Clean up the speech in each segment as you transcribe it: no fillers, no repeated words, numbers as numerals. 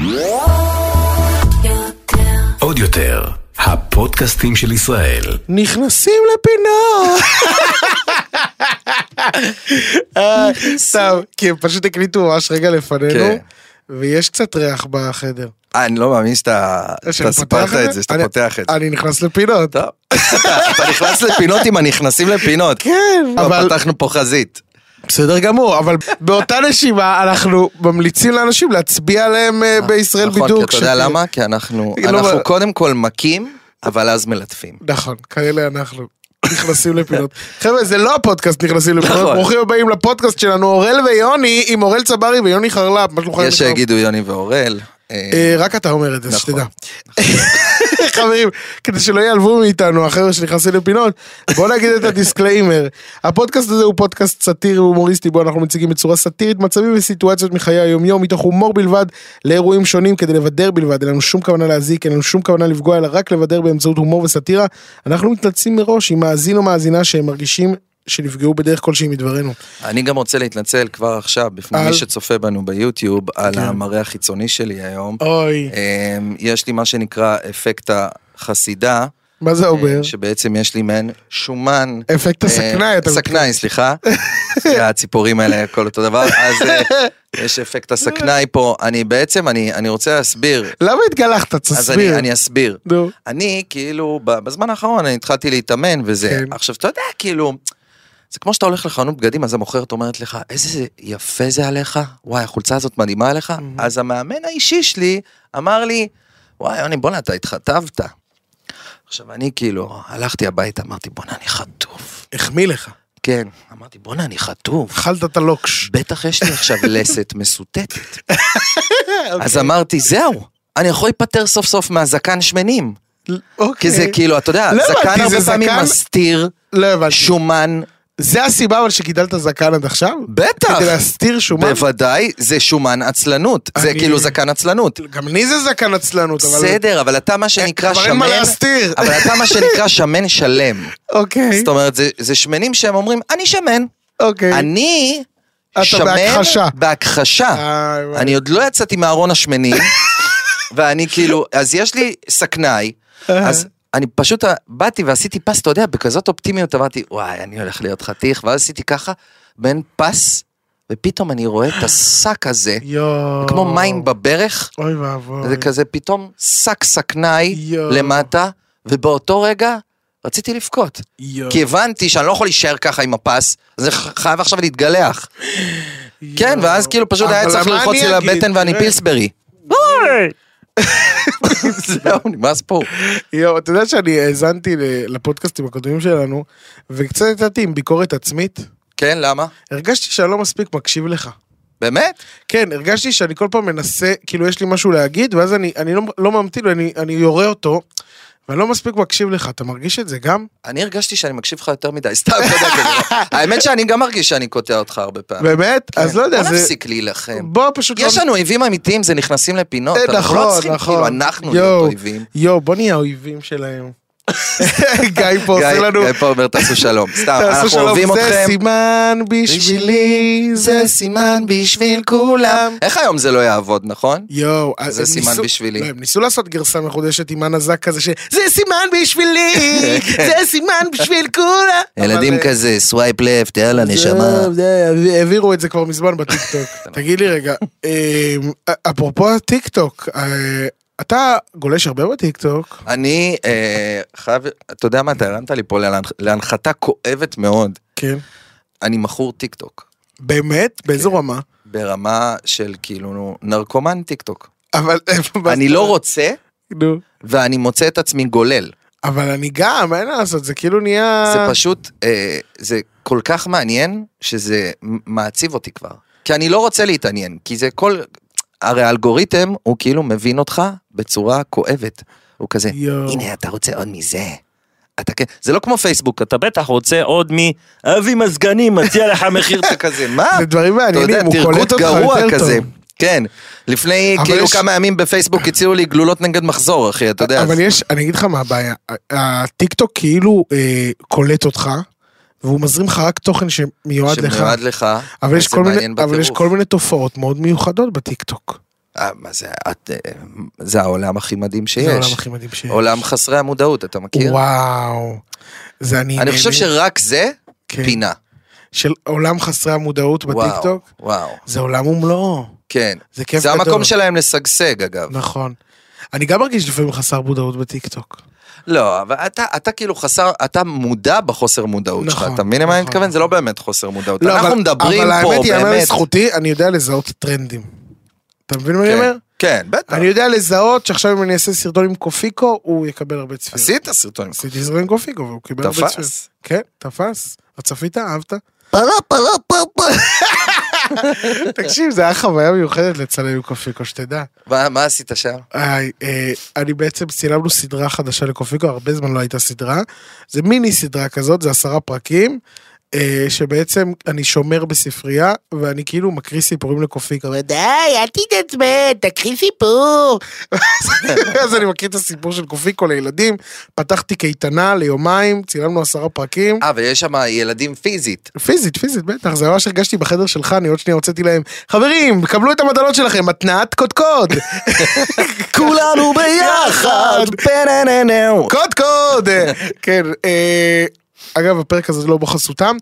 עוד יותר, הפודקאסטים של ישראל. נכנסים לפינה. סתם, כי הם פשוט הקליטו ממש רגע לפנינו, ויש קצת ריח בחדר. אני לא מאמין שאתה סיפרת את זה, שאתה פותח את זה. אני נכנס לפינות. אתה נכנס לפינות עם הנכנסים לפינות. כן. אבל פתחנו פה חזית. בסדר גמור, אבל באותה נשימה אנחנו ממליצים לאנשים להצביע עליהם בישראל בידוק. נכון, כי אתה יודע למה? כי אנחנו קודם כל מקים, אבל אז מלטפים. נכון, כאלה אנחנו נכנסים לפינות. חבר'ה, זה לא הפודקאסט נכנסים לפינות, ברוכים הבאים לפודקאסט שלנו, אורל ויוני, עם אורל צברי ויוני חרלפ. יש שיגידו יוני ואורל. רק אתה אומר את זה, שתדע. חברים, כדי שלא יעלבו מאיתנו, החבר'ה שנכנסים לפינות, בואו נגיד את הדיסקליימר. הפודקאסט הזה הוא פודקאסט סאטירי והומוריסטי, בו אנחנו מציגים בצורה סאטירית מצבים וסיטואציות מחיי היום-יום, מתוך הומור בלבד, לאירועים שונים כדי לבדר בלבד. אין לנו שום כוונה להזיק, אין לנו שום כוונה לפגוע, אלא רק לבדר באמצעות הומור וסאטירה. אנחנו מתנצלים מראש עם מאזין או מאזינה שהם מרגישים שנפגעו בדרך כלשהי מדברנו. אני גם רוצה להתנצל כבר עכשיו, בפני מי שצופה בנו ביוטיוב, על המראה החיצוני שלי היום. יש לי מה שנקרא אפקט החסידה. מה זה אומר? שבעצם יש לי מעין שומן. אפקט הסכנאי. סכנאי, סליחה. הציפורים האלה, הכל אותו דבר. אז יש אפקט הסכנאי פה. אני רוצה להסביר. למה התגלחת? תסביר. אז אני אסביר. אני כאילו, בזמן האחרון אני התחלתי להתאמן וזה. עכשיו, אתה יודע, כאילו, זה כמו שאתה הולך לחנות בגדים, אז המוכרת אומרת לך, איזה יפה זה עליך, וואי, החולצה הזאת מדהימה עליך, אז המאמן האישי שלי אמר לי, וואי, יוני, בונה, אתה התחתבת. עכשיו, אני כאילו, הלכתי הביתה, אמרתי, בונה, אני חטוף. החמיא לך. כן, אמרתי, בונה, אני חטוף. אכלת את הלוקש. בטח יש לי עכשיו לסת מסוטטת. אז אמרתי, זהו, אני יכול להיפטר סוף סוף מהזקן שמנים. כי זה כאילו, אתה יודע, זקן הרבה פעמים מסתיר, שומן, זה הסיבה אבל שגידלת זקן עד עכשיו? בטח. כדי להסתיר שומן? בוודאי, זה שומן עצלנות. זה כאילו זקן עצלנות. גם לי זה זקן עצלנות. בסדר, אבל אתה מה שנקרא שמן. אבל אין מה להסתיר. אבל אתה מה שנקרא שמן שלם. אוקיי. זאת אומרת, זה שמנים שהם אומרים, אני שמן. אוקיי. אני שמן בהכחשה. אני עוד לא יצאתי מארון השמנים, ואני כאילו, אז יש לי סכנאי, אז אני פשוט באתי ועשיתי פס, אתה יודע, בכזאת אופטימיות, אמרתי, וואי, אני הולך להיות חתיך, ואז עשיתי ככה, בין פס, ופתאום אני רואה את השק הזה, כמו מים בברך, זה כזה פתאום שק סכנאי למטה, ובאותו רגע רציתי לבכות, כי הבנתי שאני לא יכול להישאר ככה עם הפס, אז אני חייב עכשיו להתגלח. כן, ואז כאילו פשוט היה צריך ללחוץ לי לבטן ואני פילסברי. זהו, נמאס פה. אתה יודע שאני האזנתי לפודקאסטים הקודמים שלנו, וקצת הייתי עם ביקורת עצמית. כן, למה? הרגשתי שאני לא מספיק מקשיב לך. באמת? כן, הרגשתי שאני כל פעם מנסה, כאילו יש לי משהו להגיד, ואז אני לא ממתין, אני יורה אותו, ואני לא מספיק מקשיב לך, אתה מרגיש את זה גם? אני הרגשתי שאני מקשיב לך יותר מדי, סתם, אתה יודע כזה. האמת שאני גם מרגיש שאני קוטע אותך הרבה פעמים. באמת? אז לא יודע, בוא נפסיק להילחם. בוא פשוט... יש לנו אויבים אמיתיים, זה נכנסים לפינות, אנחנו לא צריכים כאילו, אנחנו להיות אויבים. בוא נהיה האויבים שלהם. גיא פה עושה לנו... גיא פה אומר תעשו שלום. סתם, אנחנו אוהבים אתכם. זה סימן בשבילי, זה סימן בשביל כולם. איך היום זה לא יעבוד, נכון? יואו, זה סימן בשבילי. הם ניסו לעשות גרסה מחודשת עם הנזק כזה זה סימן בשבילי, זה סימן בשביל כולם. ילדים כזה, סווייפ לפט, יאללה נשמה. העבירו את זה כבר מזמן בטיקטוק. תגיד לי רגע, אפרופו הטיקטוק, אתה גולש הרבה בטיקטוק. אני חייב, אתה יודע מה, אתה הרמת לי פה להנחתה כואבת מאוד. כן. אני מכור טיקטוק. באמת? באיזו רמה? ברמה של כאילו נרקומן טיקטוק. אבל... אני לא רוצה, ואני מוצא את עצמי גולל. אבל אני גם, אין לעשות, זה כאילו נהיה... זה פשוט, זה כל כך מעניין, שזה מעציב אותי כבר. כי אני לא רוצה להתעניין, כי זה כל... הרי האלגוריתם הוא כאילו מבין אותך בצורה כואבת. הוא כזה, הנה אתה רוצה עוד מזה. זה לא כמו פייסבוק, אתה בטח רוצה עוד אבי מזגנים, מציע לך מחיר כזה. מה? זה דברים מעניינים, הוא קולט אותך יותר טוב. כן, לפני כאילו כמה ימים בפייסבוק הציעו לי גלולות נגד מחזור, אחי, אתה יודע. אבל יש, אני אגיד לך מה הבעיה, הטיקטוק קולט אותך, והוא מזרים לך רק תוכן שמיועד לך. שמיועד לך, אבל יש כל מיני תופעות מאוד מיוחדות בטיקטוק. מה זה, זה העולם הכי מדהים שיש. זה העולם הכי מדהים שיש. עולם חסרי המודעות, אתה מכיר? וואו. אני חושב שרק זה פינה. של עולם חסרי המודעות בטיקטוק. וואו. זה עולם ומלואו. כן. זה כיף זה גדול. המקום שלהם לשגשג, אגב. נכון. אני גם מרגיש לפעמים חסר מודעות בטיקטוק. לא, אבל אתה כאילו חסר, אתה מודע בחוסר מודעות שלך, אתה מבין מה אני מתכוון? זה לא באמת חוסר מודעות. אנחנו מדברים פה, אבל האמת היא, באמת. לזכותי, אני יודע לזהות טרנדים. אתה מבין מה אני אומר? כן, בטח. אני יודע לזהות שעכשיו אם אני אעשה סרטון עם קופיקו, הוא יקבל הרבה צפיות. עשית סרטון עם עשיתי סרטון עם קופיקו, והוא קיבל הרבה צפיות. תפס. כן, תפס. צפית? אהבת? פרה. תקשיב, זה היה חוויה מיוחדת לצלם עם קופיקו, שתדע. מה עשית שם? אני בעצם צילמנו סדרה חדשה לקופיקו, הרבה זמן לא הייתה סדרה, זה מיני סדרה כזאת, זה 10 פרקים, שבעצם אני שומר בספרייה, ואני כאילו מקריא סיפורים לקופיקו, די, אל תתעצבן, תקריא סיפור. אז אני מקריא את הסיפור של קופיקו לילדים, פתחתי קייטנה ליומיים, צילמנו 10 פרקים. ויש שם ילדים פיזית. פיזית, בטח, זה ממש הרגשתי בחדר שלך, אני עוד שנייה הוצאתי להם, חברים, קבלו את המתנות שלכם, מתנת קודקוד. כולנו ביחד. קודקוד. כן, אגב, הפרק הזה לא בחסותם.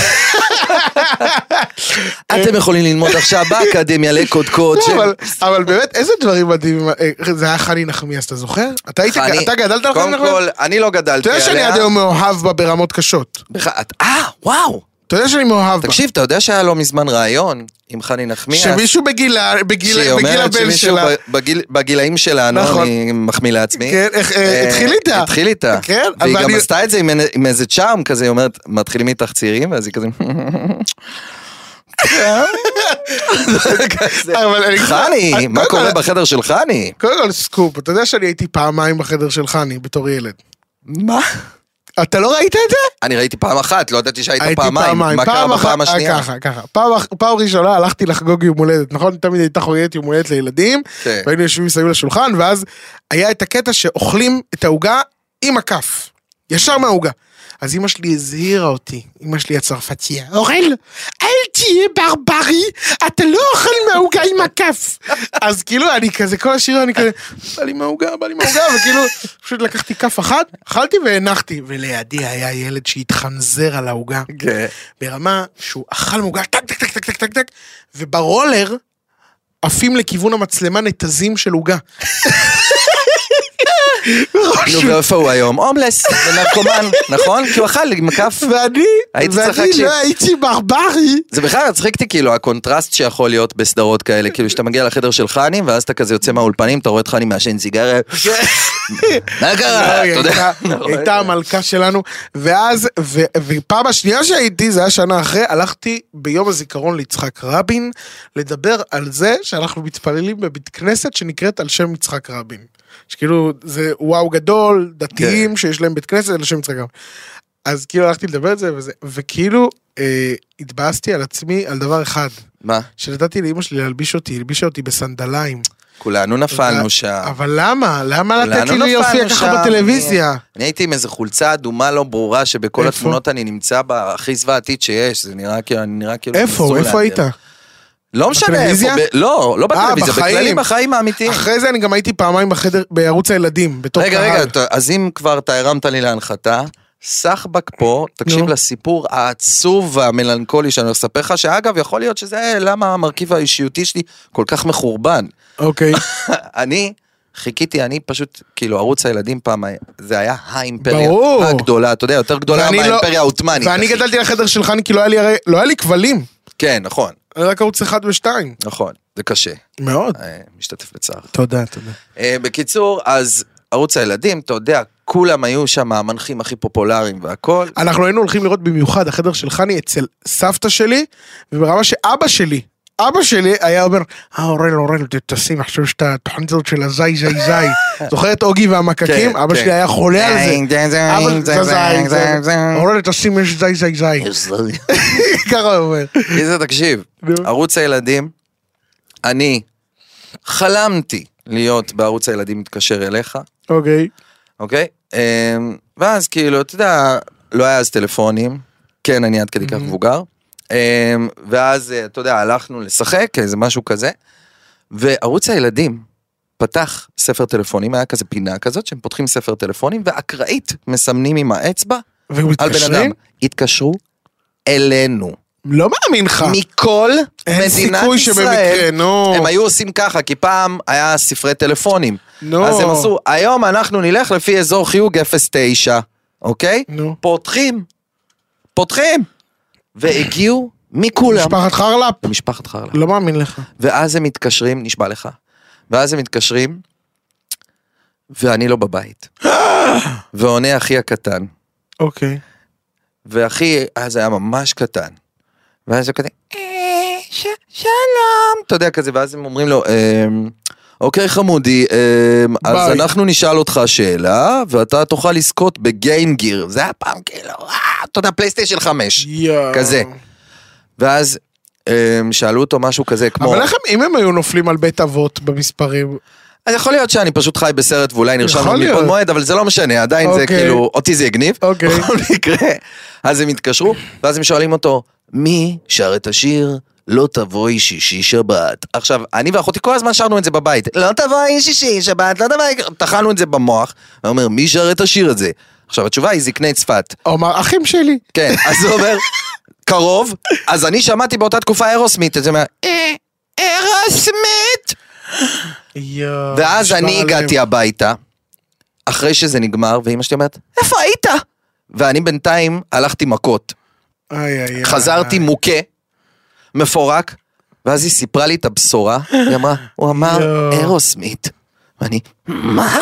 אתם יכולים ללמוד עכשיו באקדמיה לקודקוד. אבל באמת, איזה דברים מדהים, זה היה חני נחמיאס, אתה זוכר? אתה גדלת על חני נחמיאס? קודם כל, אני לא גדלתי אתה יודע שאני עד היום מאוהב בה ברמות קשות. וואו. אתה יודע שאני מאוהב בה. תקשיב, אתה יודע שהיה לו מזמן רעיון עם חני נחמיאס? שמישהו בגיל הבן שלה. בגילאים שלנו, אני מחמיא לעצמי. כן, התחיל איתה. והיא גם עשתה את זה עם איזה צ'ארם כזה, היא אומרת, מתחילים איתך צעירים, ואז היא כזה... חני, מה קורה בחדר של חני? קודם כל סקופ, אתה יודע שאני הייתי פעמיים בחדר של חני בתור ילד. מה? אתה לא ראית את זה? אני ראיתי פעם אחת, לא ידעתי שהיית פעמיים. מה קרה בפעם השנייה? ככה. פעם ראשונה הלכתי לחגוג יום הולדת, נכון? תמיד הייתה חוגגת יום הולדת לילדים, והיינו יושבים מסביב לשולחן, ואז היה את הקטע שאוכלים את העוגה עם הכף, ישר מהעוגה. אז אמא שלי הזהירה אותי, אמא שלי הצרפתייה, אורל, אל תהיה ברברי, אתה לא אוכל מהעוגה עם הכף. אז כאילו אני כזה, כל השיר אני כזה, בא לי מהעוגה, וכאילו, פשוט לקחתי כף אחת, אכלתי והנחתי, ולידי היה ילד שהתחנזר על העוגה, ברמה שהוא אכל מהעוגה, טק, וברולר, עפים לכיוון המצלמה נתזים של עוגה. נו, ואיפה הוא היום? הומלס, ונרקומן, נכון? כי הוא אכל עם הכף. ואני לא הייתי ברברי. זה בכלל הצחיקתי, כאילו, הקונטרסט שיכול להיות בסדרות כאלה, כאילו, שאתה מגיע לחדר של חני, ואז אתה כזה יוצא מהאולפנים, אתה רואה את חני מעשן סיגריה. מה קרה? אתה יודע? הייתה המלכה שלנו, ואז, ופעם השנייה שהייתי, זה היה שנה אחרי, הלכתי ביום הזיכרון ליצחק רבין, לדבר על זה שאנחנו מתפללים בבית כנסת שנקראת על שם יצחק רבין. שכאילו זה וואו גדול, דתיים שיש להם בית כנסת על שם יצחק רבין. אז כאילו הלכתי לדבר את זה, וכאילו התבאסתי על עצמי על דבר אחד. מה? שנתתי לאמא שלי להלביש אותי, הלבישה אותי בסנדליים. כולנו נפלנו שם. אבל למה? למה לתת לי להופיע ככה בטלוויזיה? אני הייתי עם איזו חולצה אדומה לא ברורה, שבכל התמונות אני נמצא בה הכי זוועתית שיש, זה נראה כאילו... איפה היית? לא משנה, לא בטלוויזיה, בכללים בחיים האמיתיים. אחרי זה אני גם הייתי פעמיים בחדר, בערוץ הילדים, בתור קהל. רגע, אז אם כבר אתה הרמת לי להנחתה, סחבק פה, תקשיב לסיפור העצוב והמלנכולי שאני אספר לך, שאגב יכול להיות שזה למה המרכיב האישיותי שלי כל כך מחורבן. אוקיי. אני חיכיתי, אני פשוט, כאילו ערוץ הילדים פעם, זה היה האימפריה הגדולה, אתה יודע, יותר גדולה מהאימפריה העות'מאנית. ואני גדלתי לחדר שלך, כי לא היה לי כבלים. כן, נכון. רק ערוץ 1 ו-2. נכון, זה קשה. מאוד. משתתף בצער. תודה. בקיצור, אז ערוץ הילדים, אתה יודע, כולם היו שם המנחים הכי פופולריים והכל. אנחנו היינו הולכים לראות במיוחד, החדר של חני אצל סבתא שלי, וברמה שאבא שלי היה אומר, אורל, תשים עכשיו שאת התוכנית הזאת של הזי, זוכר את אוגי והמקקים? אבא שלי היה חולה על זה. אורל, תשים, יש זי. ככה הוא אומר. איזה תקשיב, ערוץ הילדים, אני חלמתי להיות בערוץ הילדים מתקשר אליך. אוקיי? ואז כאילו, אתה יודע, לא היה אז טלפונים, כן, אני עד כדי כך מבוגר. ואז, אתה יודע, הלכנו לשחק, איזה משהו כזה, וערוץ הילדים פתח ספר טלפונים, היה כזה פינה כזאת, שהם פותחים ספר טלפונים, ואקראית מסמנים עם האצבע, על בן אדם. התקשרו אלינו. לא מאמין לך. מכל מדינת ישראל, נו. הם היו עושים ככה, כי פעם היה ספרי טלפונים. אז הם עשו, היום אנחנו נלך לפי אזור חיוג 09, אוקיי? פותחים. והגיעו מכולם. משפחת חרל"פ. משפחת חרל"פ. לא מאמין לך. ואז הם מתקשרים, נשבע לך. ואז הם מתקשרים, ואני לא בבית. ועונה אחי הקטן. אוקיי. ואחי, אז היה ממש קטן. ואז הוא כזה, שלום. אתה יודע כזה, ואז הם אומרים לו, אוקיי חמודי, אז אנחנו נשאל אותך שאלה, ואתה תוכל לזכות בגיים גיר. זה היה פעם כאילו, אתה יודע, פלייסטיישן 5. כזה. ואז שאלו אותו משהו כזה כמו... אבל אם הם היו נופלים על בית אבות במספרים... אז יכול להיות שאני פשוט חי בסרט ואולי נרשמנו מפה מועד, אבל זה לא משנה, עדיין זה כאילו, אותי זה יגניב. בכל מקרה. אז הם התקשרו, ואז הם שואלים אותו, מי שר את השיר לא תבואי שישי שבת? עכשיו, אני ואחותי כל הזמן שרנו את זה בבית, לא תבואי שישי שבת, לא תבואי... תחלנו את זה במוח, הוא אומר, מי שר את השיר הזה? עכשיו, התשובה היא זקני צפת. הוא אמר, אחים שלי. כן, אז הוא אומר, קרוב, אז אני שמעתי באותה תקופה אירוסמית, אז הוא אומר, אירוסמית! ואז אני הגעתי הביתה, אחרי שזה נגמר, ואמא שלי אומרת, איפה היית? ואני בינתיים הלכתי מכות. חזרתי מוכה, מפורק, ואז היא סיפרה לי את הבשורה, היא אמרה, הוא אמר אירוסמית. ואני, מה?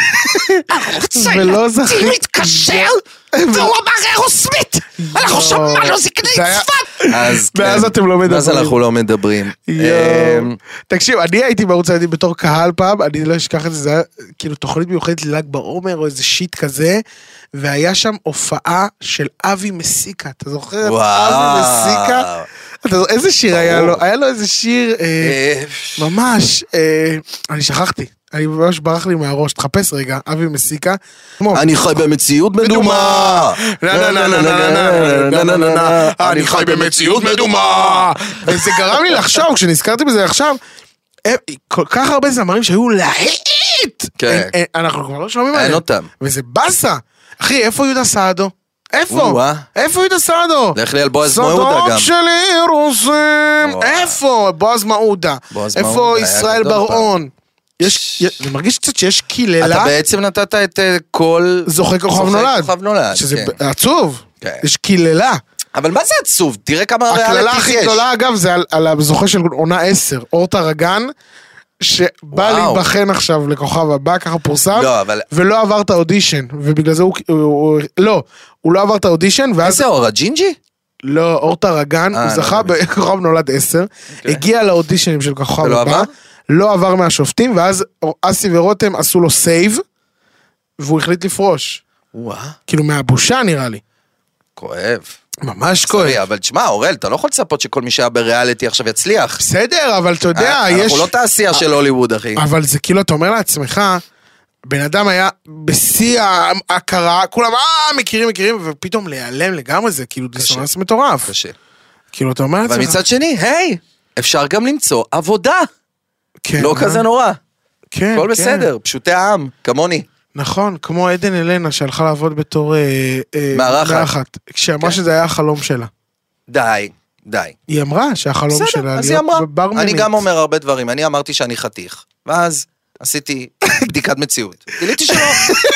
ולא זכית. מתקשר, והוא אמר אירוסמית. אנחנו שמענו זקני צפת. ואז אתם לא מדברים. אז אנחנו לא מדברים. תקשיב, אני הייתי בערוץ הילדים בתור קהל פעם, אני לא אשכח את זה, זה היה כאילו תוכנית מיוחדת לל"ג בעומר, או איזה שיט כזה, והיה שם הופעה של אבי מסיקה. אתה זוכר את אבי מסיקה? איזה שיר היה לו? היה לו איזה שיר, ממש, אני שכחתי. אני ממש ברח לי מהראש, תחפש רגע, אבי מסיקה. אני חי במציאות מדומה. אני חי במציאות מדומה. וזה גרם לי לחשוב, כשנזכרתי בזה עכשיו, כל כך הרבה זמרים שהיו להיט. אנחנו כבר לא שומעים עליהם. אין אותם. וזה בסה. אחי, איפה יהודה סעדו? איפה? איפה יהודה סעדו? לך לי על בועז מעודה גם. סדוק שלי רוסים. איפה? בועז מעודה. איפה ישראל בר-און? אני מרגיש קצת שיש קיללה. אתה בעצם נתת את כל... זוכה כוכב נולד. שזה עצוב. יש קיללה. אבל מה זה עצוב? תראה כמה ריאליטי יש. הקללה הכי גדולה אגב זה על הזוכה של עונה 10, אורטה רגן, שבא להיבחן עכשיו לכוכב הבא, ככה פורסם, ולא עבר את האודישן, ובגלל זה הוא לא עבר את האודישן, איזה אור, הג'ינג'י? לא, אורטה רגן, הוא זכה בכוכב נולד 10, הגיע לאודישנים של כוכב הבא, לא עבר מהשופטים, ואז אסי ורותם עשו לו סייב, והוא החליט לפרוש. כאילו מהבושה נראה לי. כואב. ממש כואב. אבל תשמע, אורל, אתה לא יכול לצפות שכל מי שהיה בריאליטי עכשיו יצליח. בסדר, אבל אתה יודע, אנחנו לא תעשייה של הוליווד, אחי. אבל זה כאילו, אתה אומר לעצמך, בן אדם היה בשיא ההכרה, כולם מכירים, ופתאום להיעלם לגמרי, זה כאילו דיסוננס מטורף. קשה. כאילו, אתה אומר לעצמך. אבל מצד שני, היי, אפשר גם למצוא עבודה. לא כזה נורא. כן, הכל בסדר, פשוטי העם, כמוני. נכון, כמו עדן אלנה שהלכה לעבוד בתור מארחת, כשאמרה שזה היה החלום שלה. די. היא אמרה שהחלום שלה להיות ברמנית. אני גם אומר הרבה דברים, אני אמרתי שאני חתיך, ואז עשיתי בדיקת מציאות. גיליתי שלא.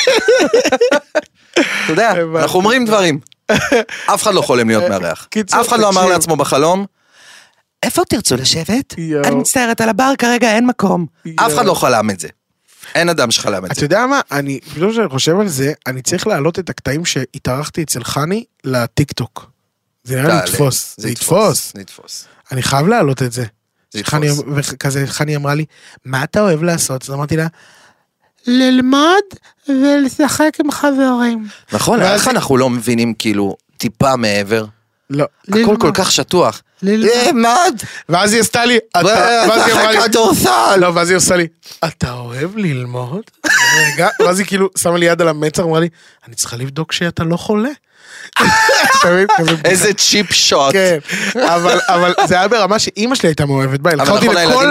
אתה יודע, אנחנו אומרים דברים. אף אחד לא חולם להיות מארח. אף אחד לא אמר לעצמו בחלום, איפה תרצו לשבת? אני מצטערת על הבר כרגע, אין מקום. אף אחד לא חלם את זה. אין אדם שחלם את זה. אתה יודע מה, אני חושב על זה, אני צריך להעלות את הקטעים שהתארחתי אצל חני לטיק-טוק. זה נראה לי לתפוס. זה יתפוס. אני חייב להעלות את זה. וכזה חני אמרה לי, מה אתה אוהב לעשות? אז אמרתי לה, ללמוד ולשחק עם חברים. נכון, איך אנחנו לא מבינים כאילו טיפה מעבר? לא. הכל כל כך שטוח. ללמוד. ואז היא עשתה לי, ואז היא עושה לי, אתה אוהב ללמוד? רגע, ואז היא כאילו שמה לי יד על המצח, אמרה לי, אני צריכה לבדוק שאתה לא חולה. איזה צ'יפ שוט. כן, אבל זה היה ברמה שאימא שלי הייתה מאוהבת בה, לקחה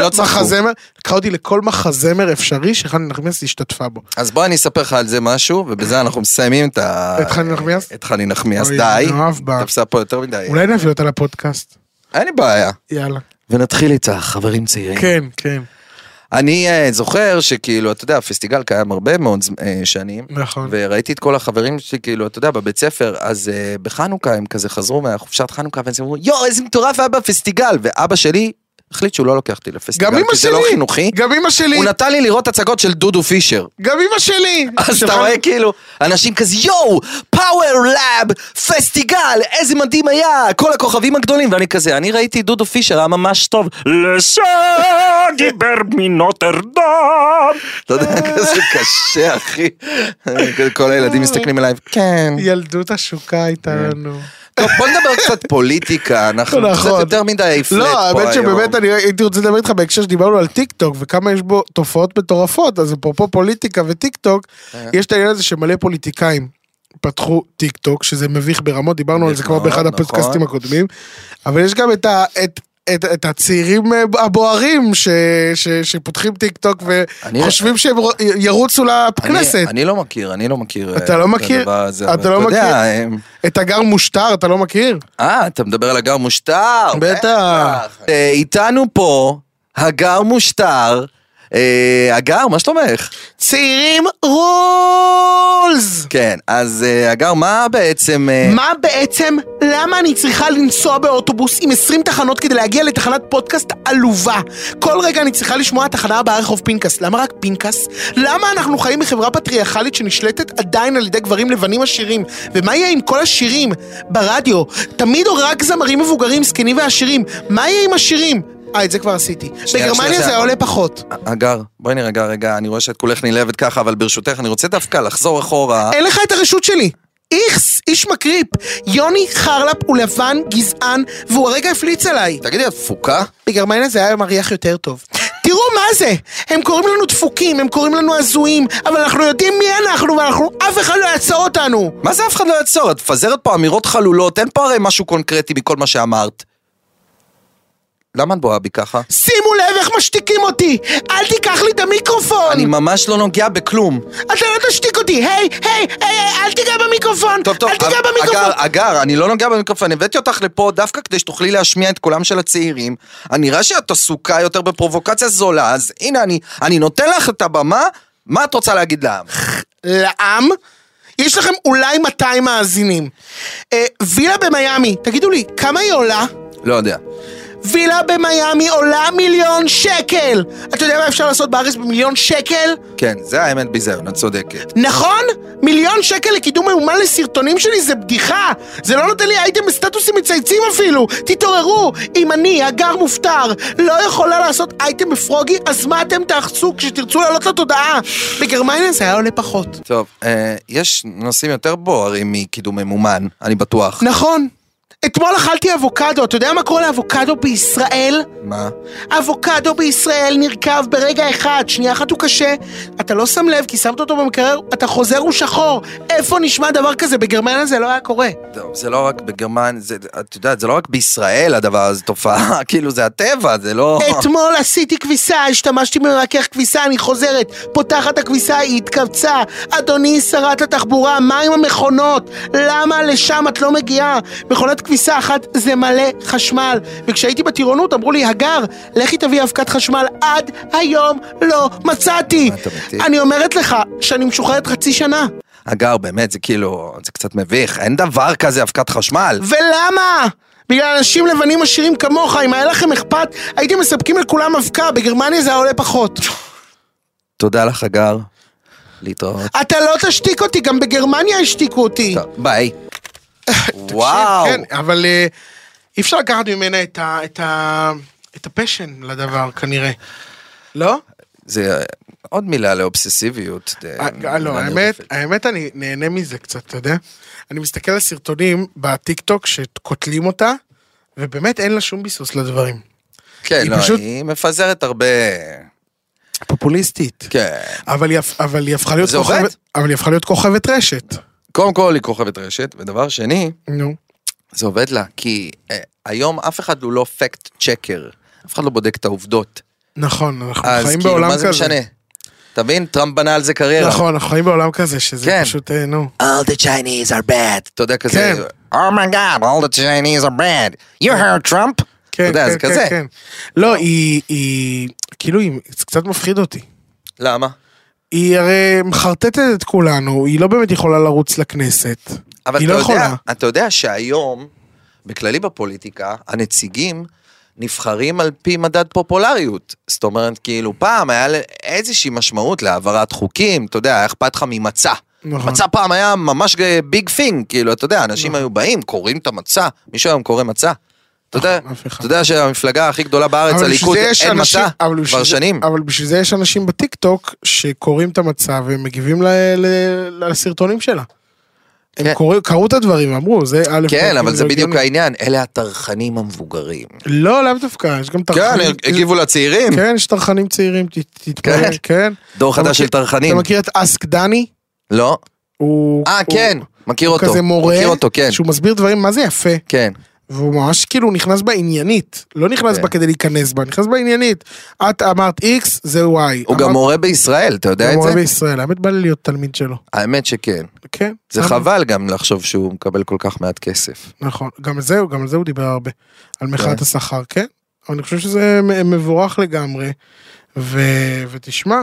אותי לכל מחזמר אפשרי שחני נחמיאס השתתפה בו. אז בוא אני אספר לך על זה משהו, ובזה אנחנו מסיימים את חני נחמיאס? את חני נחמיאס, די. אתה תפסה פה יותר מדי. אולי נביא אותה לפודקאסט. אין לי בעיה. יאללה. ונתחיל איתה, חברים צעירים. כן, כן. אני זוכר שכאילו, אתה יודע, הפסטיגל קיים הרבה מאוד שנים. נכון. וראיתי את כל החברים שכאילו, אתה יודע, בבית ספר, אז בחנוכה הם כזה חזרו מהחופשת חנוכה, והם אמרו, יו, איזה מטורף היה בפסטיגל, ואבא שלי החליט שהוא לא לוקח אותי לפסטיגל, כי זה לא חינוכי. גם אמא שלי. הוא נתן לי לראות הצגות של דודו פישר. גם אמא שלי. אז אתה רואה כאילו, אנשים כזה, יו, פאוור לאב, פסטיגל, איזה מדהים היה, כל הכוכבים הגדולים, ואני כזה, אני ראיתי דודו פישר, היה ממש טוב, לשע דיבר מנוטרדם. אתה יודע, כזה קשה, אחי. כל הילדים מסתכלים אליי, כן. ילדות השוקה הייתה לנו. טוב, בוא נדבר קצת פוליטיקה, אנחנו קצת יותר מדי פלט פה היום. לא, האמת שבאמת אני הייתי רוצה לדבר איתך בהקשר שדיברנו על טיק טוק, וכמה יש בו תופעות מטורפות, אז אפרופו פוליטיקה וטיק טוק, יש את העניין הזה שמלא פוליטיקאים פתחו טיק טוק, שזה מביך ברמות, דיברנו על זה כבר באחד הפודקאסטים הקודמים, אבל יש גם את הצעירים הבוערים שפותחים טיק טוק וחושבים שהם ירוצו לכנסת. אני לא מכיר. אתה לא מכיר? אתה לא מכיר? את הגר מושטר, אתה לא מכיר? אתה מדבר על הגר מושטר? בטח. איתנו פה, הגר מושטר, הגר, מה שלומך? צעירים רולס! כן, אז הגר, מה בעצם... למה אני צריכה לנסוע באוטובוס עם 20 תחנות כדי להגיע לתחנת פודקאסט עלובה? כל רגע אני צריכה לשמוע התחנה הבאה רחוב פינקס. למה רק פינקס? למה אנחנו חיים בחברה פטריארכלית שנשלטת עדיין על ידי גברים לבנים עשירים? ומה יהיה עם כל השירים ברדיו? תמיד רק זמרים מבוגרים, זקנים ועשירים. מה יהיה עם השירים? את זה כבר עשיתי. בגרמניה זה עולה פחות. אגר, בואי נרגע רגע, אני רואה שאת כולך נלהבת ככה, אבל ברשותך אני רוצה דווקא לחזור אחורה. אין לך את הרשות שלי. איכס, איש מקריפ. יוני חרלפ הוא לבן, גזען, והוא הרגע הפליץ עליי. תגידי, את דפוקה? בגרמניה זה היה מריח יותר טוב. תראו מה זה, הם קוראים לנו דפוקים, הם קוראים לנו הזויים, אבל אנחנו יודעים מי אנחנו, ואנחנו אף אחד לא יעצור אותנו. מה זה אף אחד לא יעצור? את מפזרת פה אמירות חלולות, אין פה הרי משהו קונקרטי מכל מה שאמרת. למה את בואה בי ככה? שימו לב איך משתיקים אותי! אל תיקח לי את המיקרופון! אני ממש לא נוגע בכלום. אתה לא תשתיק אותי! היי, אל תיגע במיקרופון! טוב, אל תיגע במיקרופון! אגר, אני לא נוגע במיקרופון, הבאתי אותך לפה דווקא כדי שתוכלי להשמיע את קולם של הצעירים. אני נראה שאת עסוקה יותר בפרובוקציה זולה, אז הנה אני נותן לך את הבמה, מה את רוצה להגיד לעם? לעם? יש לכם אולי 200 מאזינים. וילה במיימי, תגידו לי, כמה היא עולה? לא יודע. וילה במיימי עולה 1,000,000 שקל. אתה יודע מה אפשר לעשות בארץ ב1,000,000 שקל? כן, זה האמת ביזיון, את צודקת. נכון? 1,000,000 שקל לקידום מאומן לסרטונים שלי זה בדיחה. זה לא נותן לי אייטם בסטטוסים מצייצים אפילו. תתעוררו. אם אני, הגר מופתר, לא יכולה לעשות אייטם בפרוגי, אז מה אתם תחצו כשתרצו לעלות לתודעה? בגרמניה זה היה עולה פחות. טוב, יש נושאים יותר בוערים מקידום ממומן, אני בטוח. נכון. אתמול אכלתי אבוקדו, אתה יודע מה קורה לאבוקדו בישראל? מה? אבוקדו בישראל נרכב ברגע אחד, שנייה אחת הוא קשה, אתה לא שם לב כי שמת אותו במקרר, אתה חוזר הוא שחור, איפה נשמע דבר כזה? בגרמניה זה לא היה קורה. טוב, זה לא רק בגרמניה, את יודעת, זה לא רק בישראל הדבר הזה תופעה, כאילו זה הטבע, זה לא... אתמול עשיתי כביסה, השתמשתי במרכך כביסה, אני חוזרת, פותחת הכביסה, היא התכווצה, אדוני שרת התחבורה, מה עם המכונות? למה לשם את לא מגיעה? מכונת כביסה אחת זה מלא חשמל, וכשהייתי בטירונות אמרו לי, הגר, לכי תביא אבקת חשמל, עד היום לא מצאתי. אני אומרת לך שאני משוחררת חצי שנה. הגר, באמת, זה כאילו, זה קצת מביך, אין דבר כזה אבקת חשמל. ולמה? בגלל אנשים לבנים עשירים כמוך, אם היה לכם אכפת, הייתם מספקים לכולם אבקה, בגרמניה זה עולה פחות. תודה לך, הגר. להתראות. אתה לא תשתיק אותי, גם בגרמניה השתיקו אותי. טוב, ביי. וואו. כן, אבל אי אפשר לקחת ממנה את הפשן לדבר, כנראה. לא? זה עוד מילה לאובססיביות. לא, האמת אני נהנה מזה קצת, אתה יודע? אני מסתכל על סרטונים בטיק טוק שקוטלים אותה, ובאמת אין לה שום ביסוס לדברים. כן, לא, היא מפזרת הרבה... פופוליסטית. כן. אבל היא הפכה להיות זה עובד? אבל היא הפכה להיות כוכבת רשת. קודם כל היא כוכבת רשת, ודבר שני, נו. זה עובד לה, כי היום אף אחד הוא לא פקט צ'קר, אף אחד לא בודק את העובדות. נכון, אנחנו אז חיים כאילו, בעולם מה זה כזה. משנה? תבין? טראמפ בנה על זה קריירה. נכון, אנחנו חיים בעולם כזה, שזה כן. פשוט, נו. All the Chinese are bad. אתה יודע כזה, כן. Oh my God, all the Chinese are bad. You heard Trump? כן, אתה יודע, כן, זה כן, כזה. כן. לא, היא, כאילו, זה קצת מפחיד אותי. למה? היא הרי מחרטטת את כולנו, היא לא באמת יכולה לרוץ לכנסת. אבל היא לא יכולה. אתה יודע שהיום, בכללי בפוליטיקה, הנציגים נבחרים על פי מדד פופולריות. זאת אומרת, כאילו, פעם היה איזושהי משמעות להעברת חוקים, אתה יודע, היה אכפת לך ממצע. נכון. מצע פעם היה ממש ביג פינג, כאילו, אתה יודע, אנשים היו באים, קוראים את המצע, מישהו היום קורא מצע. אתה יודע שהמפלגה הכי גדולה בארץ, הליכוד, אין מצע, כבר שנים. אבל בשביל זה יש אנשים בטיק טוק שקוראים את המצע ומגיבים לסרטונים שלה. הם קראו את הדברים, אמרו, זה א' כן, אבל זה בדיוק העניין, אלה התרחנים המבוגרים. לא, לאו דווקא, יש גם תרחנים. כן, הגיבו לצעירים. כן, יש תרחנים צעירים, תתפרק, כן. דור חדש של תרחנים. אתה מכיר את אסק דני? לא. כן, מכיר אותו. הוא כזה מורה, מכיר אותו, כן. שהוא מסביר דברים, מה זה יפה. כן. והוא ממש כאילו נכנס בעניינית, לא נכנס בה כדי להיכנס בה, נכנס בעניינית. את אמרת X, זה Y. הוא גם מורה בישראל, אתה יודע את זה? הוא מורה בישראל, האמת בא לי להיות תלמיד שלו. האמת שכן. כן. זה חבל גם לחשוב שהוא מקבל כל כך מעט כסף. נכון, גם על זה הוא דיבר הרבה, על מחאת השכר, כן? אבל אני חושב שזה מבורך לגמרי, ותשמע.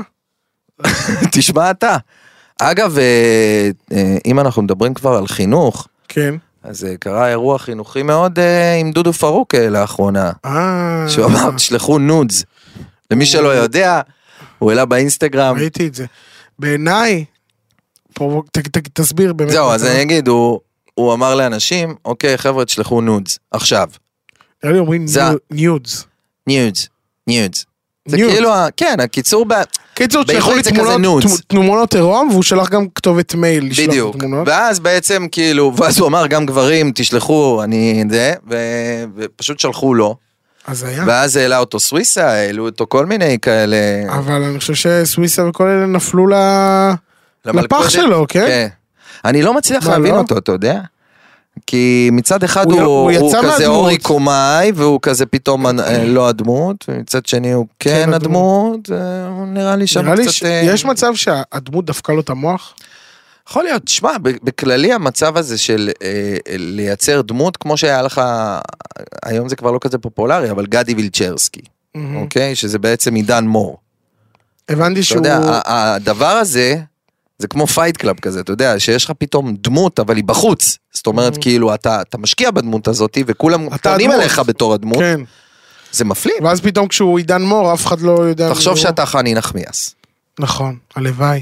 תשמע אתה. אגב, אם אנחנו מדברים כבר על חינוך, כן. אז קרה אירוע חינוכי מאוד עם דודו פרוק לאחרונה. שהוא אמר, תשלחו נודס. למי שלא יודע, הוא העלה באינסטגרם. ראיתי את זה. בעיניי, תסביר באמת. זהו, אז אני אגיד, הוא אמר לאנשים, אוקיי, חבר'ה, תשלחו נודס. עכשיו. נראה לי אומרים ניודס. ניודס. זה כאילו, כן, הקיצור קיצור, תשלחו לי תמונות עירום, והוא שלח גם כתובת מייל לשלוח בדיוק, תמונות. ואז בעצם כאילו, ואז הוא אמר גם גברים, תשלחו, אני זה, ופשוט שלחו לו. אז היה. ואז העלה אותו סוויסה, העלו אותו כל מיני כאלה. אבל אני חושב שסוויסה וכל אלה נפלו לפח שלו, כן? כן. אני לא מצליח להבין אותו, אתה יודע? כי מצד אחד הוא כזה אורי קומאי, והוא כזה פתאום לא הדמות, ומצד שני הוא כן הדמות, הוא נראה לי שם קצת... יש מצב שהדמות דפקה לו את המוח? יכול להיות, תשמע, בכללי המצב הזה של לייצר דמות, כמו שהיה לך, היום זה כבר לא כזה פופולרי, אבל גדי וילצ'רסקי, אוקיי? שזה בעצם עידן מור. הבנתי שהוא... אתה יודע, הדבר הזה... זה כמו פייט קלאב כזה, אתה יודע, שיש לך פתאום דמות, אבל היא בחוץ. זאת אומרת, כאילו, אתה משקיע בדמות הזאת, וכולם פונים אליך בתור הדמות. כן. זה מפליא. ואז פתאום כשהוא עידן מור, אף אחד לא יודע... תחשוב שאתה חני נחמיאס. נכון, הלוואי.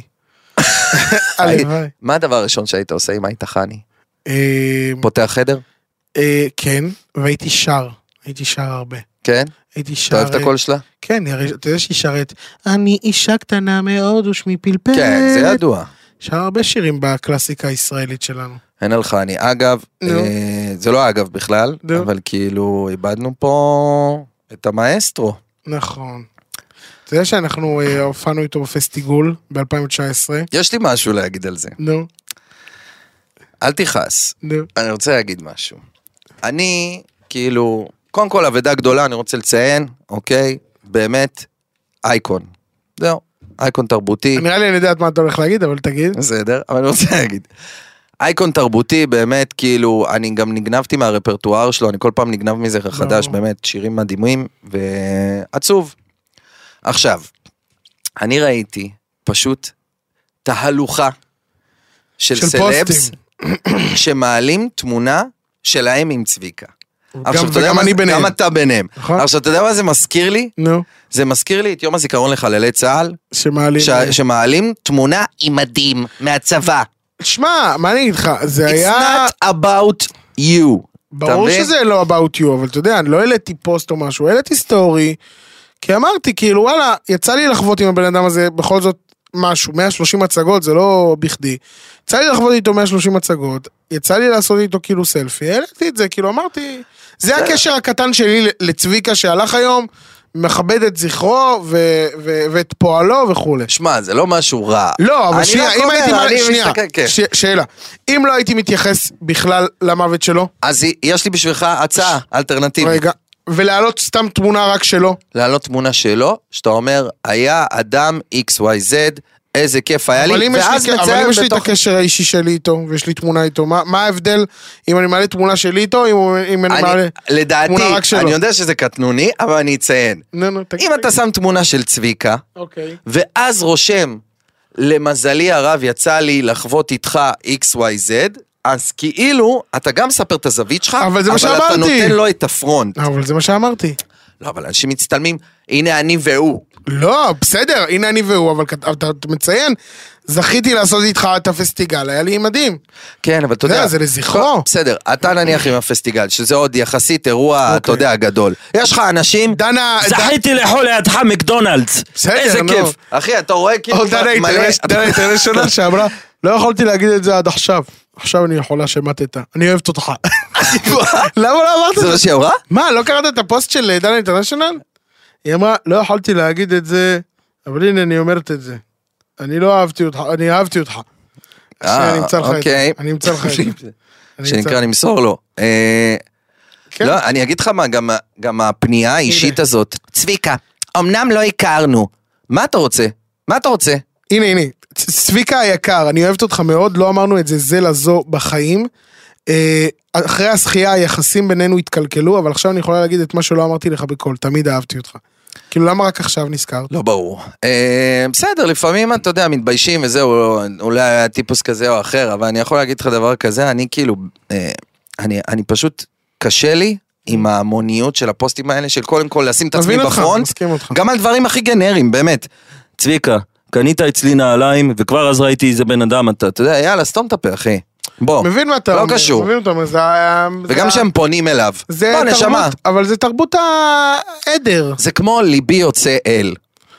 הלוואי. מה הדבר הראשון שהיית עושה אם היית חני? פותח חדר? כן, והייתי שר. הייתי שר הרבה. כן? הייתי שר... אתה אוהב את הקול שלה? כן, אתה יודע שהיא שרת, אני אישה קטנה מאוד ושמי פלפל. כן, זה ידוע. שר הרבה שירים בקלאסיקה הישראלית שלנו. אין על חני. אגב, זה לא אגב בכלל, אבל כאילו איבדנו פה את המאסטרו. נכון. אתה יודע שאנחנו הופענו איתו בפסטיגול ב-2019. יש לי משהו להגיד על זה. נו. אל תכעס. אני רוצה להגיד משהו. אני, כאילו... קודם כל, עבודה גדולה, אני רוצה לציין, אוקיי, באמת, אייקון. זהו, אייקון תרבותי. נראה לי אני יודעת מה אתה הולך להגיד, אבל תגיד. בסדר, אבל אני רוצה להגיד. אייקון תרבותי, באמת, כאילו, אני גם נגנבתי מהרפרטואר שלו, אני כל פעם נגנב מזה חדש, באמת, שירים מדהימים, ועצוב. עכשיו, אני ראיתי פשוט תהלוכה של סלבס, שמעלים תמונה שלהם עם צביקה. וגם אני ביניהם. גם אתה ביניהם. עכשיו, אתה יודע מה זה מזכיר לי? נו. זה מזכיר לי את יום הזיכרון לחללי צה"ל, שמעלים תמונה עם מדים מהצבא. שמע, מה אני אגיד לך, זה היה... It's not about you. ברור שזה לא about you, אבל אתה יודע, אני לא העליתי פוסט או משהו, העליתי סטורי, כי אמרתי, כאילו, וואלה, יצא לי לחוות עם הבן אדם הזה, בכל זאת משהו, 130 הצגות, זה לא בכדי. יצא לי לחוות איתו 130 הצגות, יצא לי לעשות איתו כאילו סלפי, העליתי את זה, כאילו אמרתי, זה הקשר הקטן שלי לצביקה שהלך היום, מכבד את זכרו ואת פועלו וכו'. שמע, זה לא משהו רע. לא, אבל שנייה, אם הייתי... שאלה, אם לא הייתי מתייחס בכלל למוות שלו? אז יש לי בשבילך הצעה אלטרנטיבית. רגע, ולהעלות סתם תמונה רק שלו? להעלות תמונה שלו, שאתה אומר, היה אדם XYZ, איזה כיף היה לי, ואז מציין... אבל אם יש לי את הקשר האישי שלי איתו, ויש לי תמונה איתו, מה ההבדל אם אני מעלה תמונה שלי איתו, אם אני מעלה תמונה רק שלו? אני יודע שזה קטנוני, אבל אני אציין. אם אתה שם תמונה של צביקה, ואז רושם, למזלי הרב יצא לי לחוות איתך XYZ, אז כאילו, אתה גם מספר את הזווית שלך, אבל אתה נותן לו את הפרונט. אבל זה מה שאמרתי. לא, אבל אנשים מצטלמים, הנה אני והוא. לא, בסדר, הנה אני והוא, אבל אתה מציין, זכיתי לעשות איתך את הפסטיגל, היה לי מדהים. כן, אבל אתה יודע... זה לזכרו. בסדר, אתה נניח עם הפסטיגל, שזה עוד יחסית אירוע, אתה יודע, גדול. יש לך אנשים... זכיתי לאכול לידך מקדונלדס. איזה כיף. אחי, אתה רואה כאילו... דנה אינטרנט שלה שאמרה, לא יכולתי להגיד את זה עד עכשיו. עכשיו אני יכולה שמטת. אני אוהבת אותך. למה לא אמרת את זה? זה מה שהיא אמרה? מה, לא קראת את הפוסט של דנה אינטרנשיונל? היא אמרה, לא יכולתי להגיד את זה, אבל הנה אני אומרת את זה. אני לא אהבתי אותך, אני אהבתי אותך. אני אמצא לך את זה. אני אמצא לך את זה. שנקרא נמסור לו. לא, אני אגיד לך מה, גם הפנייה האישית הזאת. צביקה, אמנם לא הכרנו. מה אתה רוצה? מה אתה רוצה? הנה, צביקה היקר, אני אוהבת אותך מאוד, לא אמרנו את זה לזו בחיים. אחרי השחייה היחסים בינינו התקלקלו, אבל עכשיו אני יכולה להגיד את מה שלא אמרתי לך בכל, תמיד אהבתי אותך. כאילו למה רק עכשיו נזכרת? לא ברור. בסדר, לפעמים אתה יודע, מתביישים וזהו, אולי היה טיפוס כזה או אחר, אבל אני יכול להגיד לך דבר כזה, אני כאילו, אני פשוט קשה לי עם המוניות של הפוסטים האלה, של קודם כל לשים את עצמי בפרונט, גם על דברים הכי גנריים, באמת. צביקה, קנית אצלי נעליים, וכבר אז ראיתי איזה בן אדם, אתה יודע, יאללה, סתום את הפה, אחי. בוא, מבין מה אתה לא קשור. וגם שהם פונים אליו. בוא, נשמה. אבל זה תרבות העדר. זה כמו ליבי יוצא אל.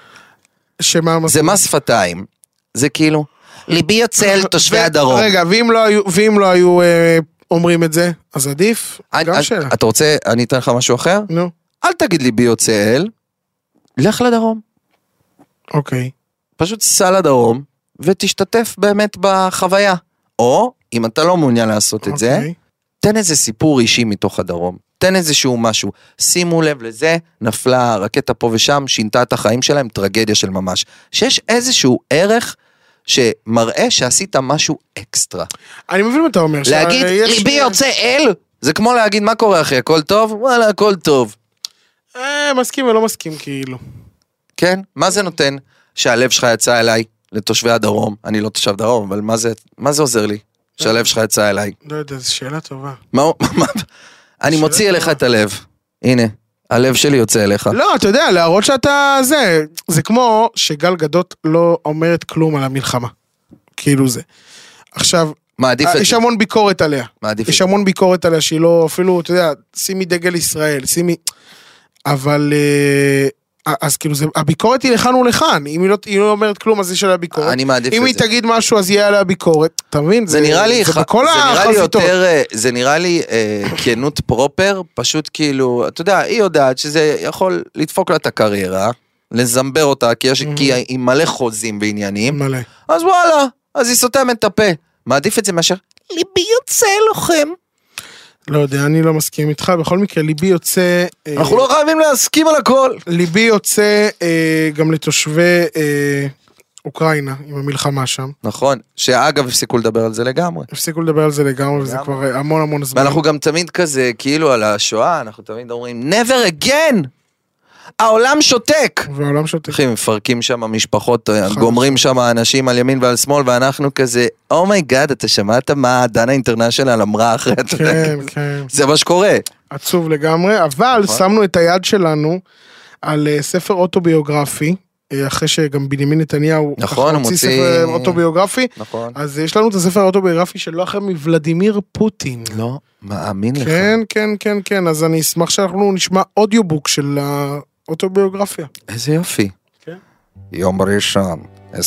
זה מה שפתיים. זה כאילו, ליבי יוצא אל תושבי הדרום. רגע, ואם לא היו אומרים את זה, אז עדיף? גם שאלה. אתה רוצה, אני אתן לך משהו אחר? נו. אל תגיד ליבי יוצא אל, לך לדרום. אוקיי. פשוט סע לדרום, ותשתתף באמת בחוויה. או, אם אתה לא מעוניין לעשות את זה, תן איזה סיפור אישי מתוך הדרום. תן איזשהו משהו. שימו לב לזה, נפלה רקטה פה ושם, שינתה את החיים שלהם, טרגדיה של ממש. שיש איזשהו ערך שמראה שעשית משהו אקסטרה. אני מבין מה אתה אומר. להגיד, ליבי יוצא אל, זה כמו להגיד, מה קורה אחי, הכל טוב? וואלה, הכל טוב. מסכים ולא מסכים כאילו. כן? מה זה נותן שהלב שלך יצא אליי? לתושבי הדרום, אני לא תושב דרום, אבל מה זה עוזר לי? שהלב שלך יצא אליי. לא יודע, זו שאלה טובה. אני מוציא אליך את הלב. הנה, הלב שלי יוצא אליך. לא, אתה יודע, להראות שאתה זה כמו שגל גדות לא אומרת כלום על המלחמה. כאילו זה. עכשיו, יש המון ביקורת עליה. יש המון ביקורת עליה שהיא לא, אפילו, אתה יודע, שימי דגל ישראל, שימי... אבל... אז כאילו, הביקורת היא לכאן ולכאן, אם היא לא אומרת כלום, אז יש עליה ביקורת. אני מעדיף את זה. אם היא תגיד משהו, אז יהיה עליה ביקורת. אתה מבין? זה נראה לי, בכל החזיתות. זה נראה לי כנות פרופר, פשוט כאילו, אתה יודע, היא יודעת שזה יכול לדפוק לה את הקריירה, לזמבר אותה, כי היא מלא חוזים בעניינים. מלא. אז וואלה, אז היא סותמת את הפה. מעדיף את זה מאשר, ליבי יוצא לוחם. לא יודע, אני לא מסכים איתך, בכל מקרה ליבי יוצא... אנחנו לא חייבים להסכים על הכל. ליבי יוצא גם לתושבי אוקראינה, עם המלחמה שם. נכון, שאגב הפסיקו לדבר על זה לגמרי. הפסיקו לדבר על זה לגמרי, וזה כבר המון זמן. ואנחנו גם תמיד כזה, כאילו על השואה, אנחנו תמיד אומרים, never again! העולם שותק. והעולם שותק. אחי, מפרקים שם המשפחות, גומרים שם אנשים על ימין ועל שמאל, ואנחנו כזה, אומייגאד, אתה שמעת מה דנה אינטרנשיונל אמרה אחרי? כן, כן. זה מה שקורה. עצוב לגמרי, אבל שמנו את היד שלנו על ספר אוטוביוגרפי, אחרי שגם בנימין נתניהו מוציא ספר אוטוביוגרפי, אז יש לנו את הספר האוטוביוגרפי שלא אחר מוולדימיר פוטין. לא, מאמין לך. כן, אז אני אשמח שאנחנו נשמע אודיובוק של האוטוביוגרפיה. איזה יופי. כן. יום ראשון,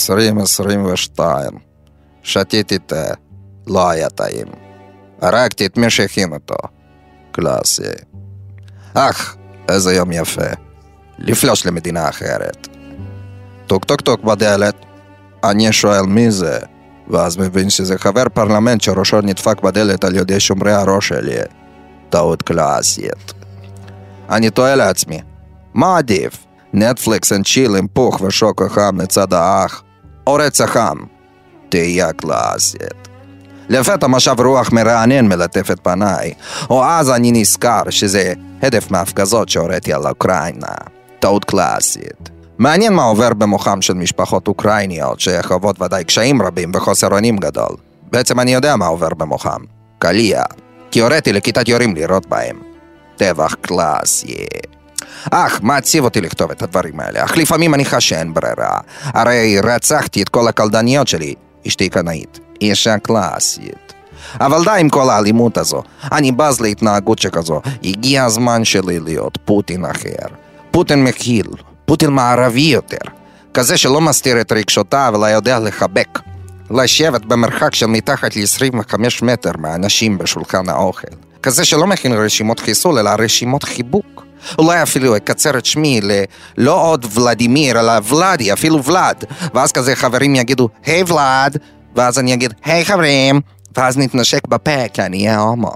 2022, שתיתי תה, לא היה טעים. הרגתי את מי שהכין אותו. קלאסי. איזה יום יפה. לפלוש למדינה אחרת. טוק טוק טוק בדלת, אני שואל מי זה, ואז מבין שזה חבר פרלמנט שראשו נדפק בדלת על ידי שומרי הראש שלי. טעות קלאסית. אני תוהה לעצמי, מה עדיף? נטפליקס and chill עם פוך ושוקו חם לצד האח, או רצח עם? תהיה קלאסית. לפתע משב רוח מרענן מלטף את פניי, או אז אני נזכר שזה הדף מהפגזות שהוריתי על אוקראינה. טעות קלאסית. מעניין מה עובר במוחם של משפחות אוקראיניות שחוות ודאי קשיים רבים וחוסר אונים גדול. בעצם אני יודע מה עובר במוחם. קליה. כי הוריתי לכיתת יורים לראות בהם. טבח קלאסי. מה הציב אותי לכתוב את הדברים האלה? אך לפעמים אני חש שאין ברירה. הרי רצחתי את כל הקלדניות שלי. אשתי קנאית. אישה קלאסית. אבל די עם כל האלימות הזו. אני בז להתנהגות שכזו. הגיע הזמן שלי להיות פוטין אחר. פוטין מכיל. פוטין מערבי יותר. כזה שלא מסתיר את רגשותיו אלא יודע לחבק. לשבת במרחק של מתחת ל-25 מטר מהאנשים בשולחן האוכל. כזה שלא מכין רשימות חיסול אלא רשימות חיבוק. אולי אפילו יקצר את שמי לא עוד ולדימיר אלא ולדי, אפילו ולד. ואז כזה חברים יגידו היי ולד, ואז אני אגיד היי חברים, ואז נתנשק בפה כי אני אהיה הומו.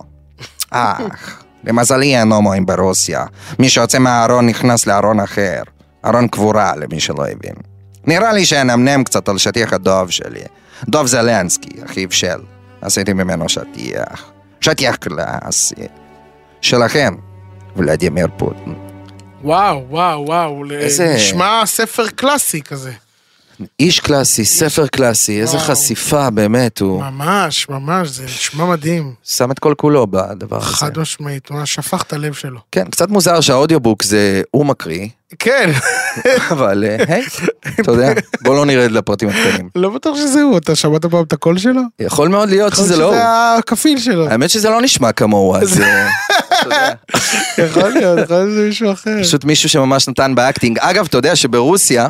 למזלי אין הומואים ברוסיה. מי שיוצא מהארון נכנס לארון אחר. ארון קבורה למי שלא הבין. נראה לי שנמנם קצת על שטיח הדוב שלי. דוב זלנסקי, אחיו של. עשיתי ממנו שטיח. שטיח קלאסי. שלכם, ולדימיר פוטין. וואו, וואו, וואו. איזה... נשמע ספר קלאסי כזה. איש קלאסי, ספר קלאסי, איזה חשיפה באמת הוא. ממש, ממש, זה נשמע מדהים. שם את כל כולו בדבר הזה. חד משמעית, ממש שפך את הלב שלו. כן, קצת מוזר שהאודיובוק זה הוא מקריא. כן. אבל, היי, אתה יודע, בוא לא נרד לפרטים הקטנים. לא בטוח שזה הוא, אתה שמעת פעם את הקול שלו? יכול מאוד להיות שזה לא הוא. שזה הכפיל שלו. האמת שזה לא נשמע כמוהו, אז אתה יודע. יכול להיות שזה מישהו אחר. פשוט מישהו שממש נתן באקטינג. אגב, אתה יודע שברוסיה,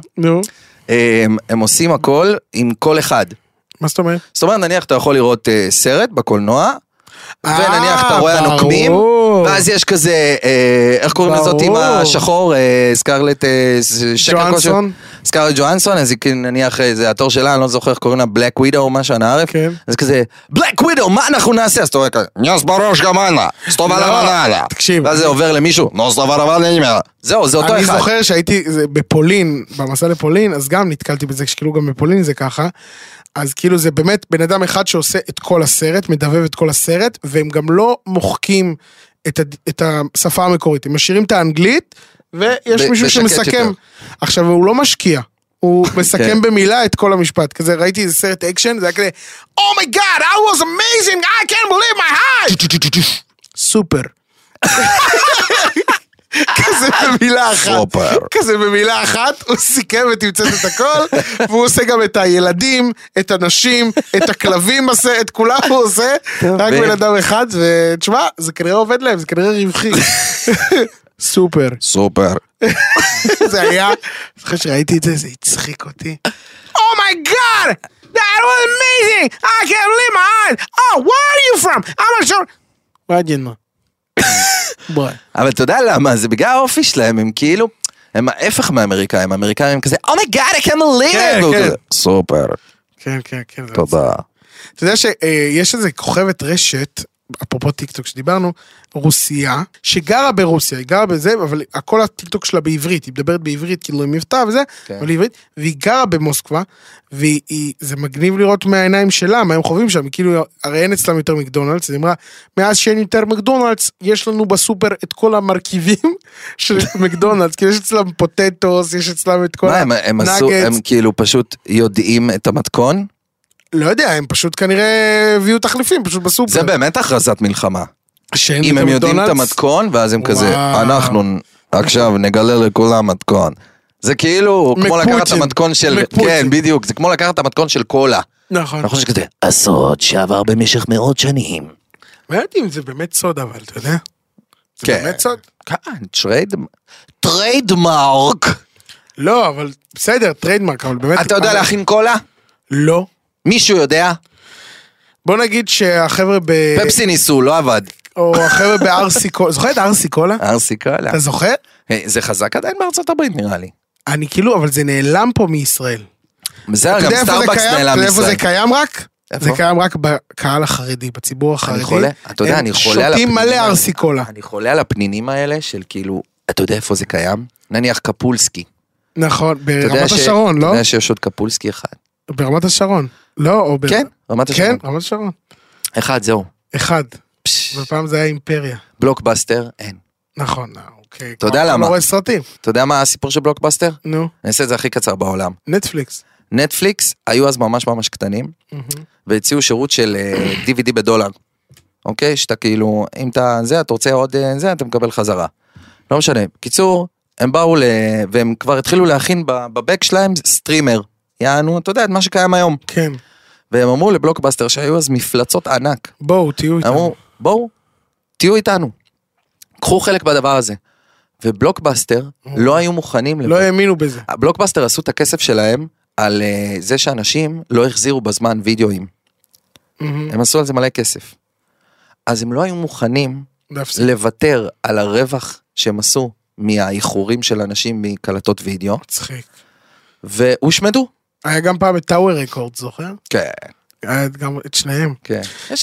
הם עושים הכל עם כל אחד. מה זאת אומרת? זאת אומרת, נניח אתה יכול לראות סרט בקולנוע, ונניח אתה רואה הנוקמים, ואז יש כזה, איך קוראים לזאת עם השחור, סקרלט ג'ואנסון, סקרלט ג'ואנסון, אז נניח זה התור שלה, אני לא זוכר איך קוראים לה בלק ווידו או משהו הנערף, אז כזה, בלק ווידו, מה אנחנו נעשה? אז אתה רואה כזה, נוס בראש גמנה, סטובה למנהלה, ואז זה עובר למישהו, נוס דבר אבל נאמר, זהו, זה אותו אחד. אני זוכר שהייתי בפולין, במסע לפולין, אז גם נתקלתי בזה, שכאילו גם בפולין זה ככה, אז כאילו זה באמת בן אדם אחד שעושה את כל הסרט, מדבב את כל הסרט, והם גם לא מוחקים את השפה המקורית, הם משאירים את האנגלית, ויש מישהו שמסכם. עכשיו, הוא לא משקיע, הוא מסכם במילה את כל המשפט, כזה ראיתי איזה סרט אקשן, זה היה כזה, Oh my God, that was amazing, I can't believe my heart! סופר. כזה במילה אחת, כזה במילה אחת, הוא סיכם ותמצאת את הכל, והוא עושה גם את הילדים, את הנשים, את הכלבים, את כולם הוא עושה, רק בן אדם אחד, ותשמע, זה כנראה עובד להם, זה כנראה רווחי. סופר. סופר. זה היה, אחרי שראיתי את זה, זה הצחיק אותי. Oh my God, that was amazing, I can't believe my eyes, oh, where are you from? I'm not sure. מה דיינו? אבל אתה יודע למה, זה בגלל האופי שלהם, הם כאילו, הם ההפך מהאמריקאים, האמריקאים הם כזה, Oh my God, I can't believe it, סופר. כן, כן, כן. תודה. אתה יודע שיש איזה כוכבת רשת, אפרופו טיקטוק שדיברנו, רוסיה, שגרה ברוסיה, היא גרה בזה, אבל הכל הטיקטוק שלה בעברית, היא מדברת בעברית, כאילו עם מבטא וזה, אבל עברית, והיא גרה במוסקבה, וזה מגניב לראות מהעיניים שלה, מה הם חווים שם, כאילו, הרי אין אצלם יותר מקדונלדס, היא אמרה, מאז שאין יותר מקדונלדס, יש לנו בסופר את כל המרכיבים של מקדונלדס, כי יש אצלם פוטטוס, יש אצלם את כל הנאגטס. הם כאילו פשוט יודעים את המתכון? לא יודע, הם פשוט כנראה הביאו תחליפים, פשוט בסופר. זה באמת הכרזת מלחמה. אם הם יודעים את המתכון, ואז הם כזה, אנחנו עכשיו נגלה לכולם מתכון. זה כאילו, כמו לקחת את המתכון של, כן, בדיוק, זה כמו לקחת את המתכון של קולה. נכון. אנחנו חושב שכזה, הסוד שעבר במשך מאות שנים. לא יודעת אם זה באמת סוד, אבל אתה יודע? זה באמת סוד? כן, טריידמרק. לא, אבל בסדר, טריידמרק, אבל באמת... אתה יודע להכין קולה? לא. מישהו יודע? בוא נגיד שהחבר'ה פפסי ניסו, לא עבד. או החבר'ה בארסי קולה, זוכר את ארסי קולה? ארסי קולה. אתה זוכר? זה חזק עדיין בארצות הברית נראה לי. אני כאילו, אבל זה נעלם פה מישראל. בסדר, גם סטארבקס נעלם מישראל. איפה זה קיים רק? זה קיים רק בקהל החרדי, בציבור החרדי. אתה יודע, אני חולה על שותים מלא ארסיקולה. אני חולה על הפנינים האלה של כאילו, אתה יודע איפה זה קיים? נניח קפולסקי. נכון, ברמת השרון, לא? אתה יודע שיש עוד קפולסקי אחד. ברמת השרון, לא? כן, רמת השרון. כן, רמת השרון. אחד, זהו. אחד. בפעם זה היה אימפריה. בלוקבאסטר, אין. נכון, אוקיי. אתה יודע למה? לא רואה סרטים. אתה יודע מה הסיפור של בלוקבאסטר? נו. אני אעשה את זה הכי קצר בעולם. נטפליקס היו אז ממש ממש קטנים, והציעו שירות של DVD בדולר. אוקיי? שאתה כאילו, אם אתה רוצה עוד זה, אתה מקבל חזרה. לא משנה. קיצור, הם באו והם כבר התחילו להכין בבק שלהם סטרימר. יענו, אתה יודע, את מה שקיים היום. כן. והם אמרו לבלוקבאסטר שהיו אז מפלצות ענק. בואו, תהיו איתנו. אמרו, בואו, תהיו איתנו. קחו חלק בדבר הזה. ובלוקבאסטר לא היו מוכנים. לא האמינו בזה. בלוקבאסטר עשו את הכסף שלהם על זה שאנשים לא החזירו בזמן וידאוים. הם עשו על זה מלא כסף. אז הם לא היו מוכנים לוותר על הרווח שהם עשו מהאיחורים של אנשים מקלטות וידאו. מצחיק. והושמדו. היה גם פעם את טאוור רקורד, זוכר? כן. היה גם את שניהם. כן.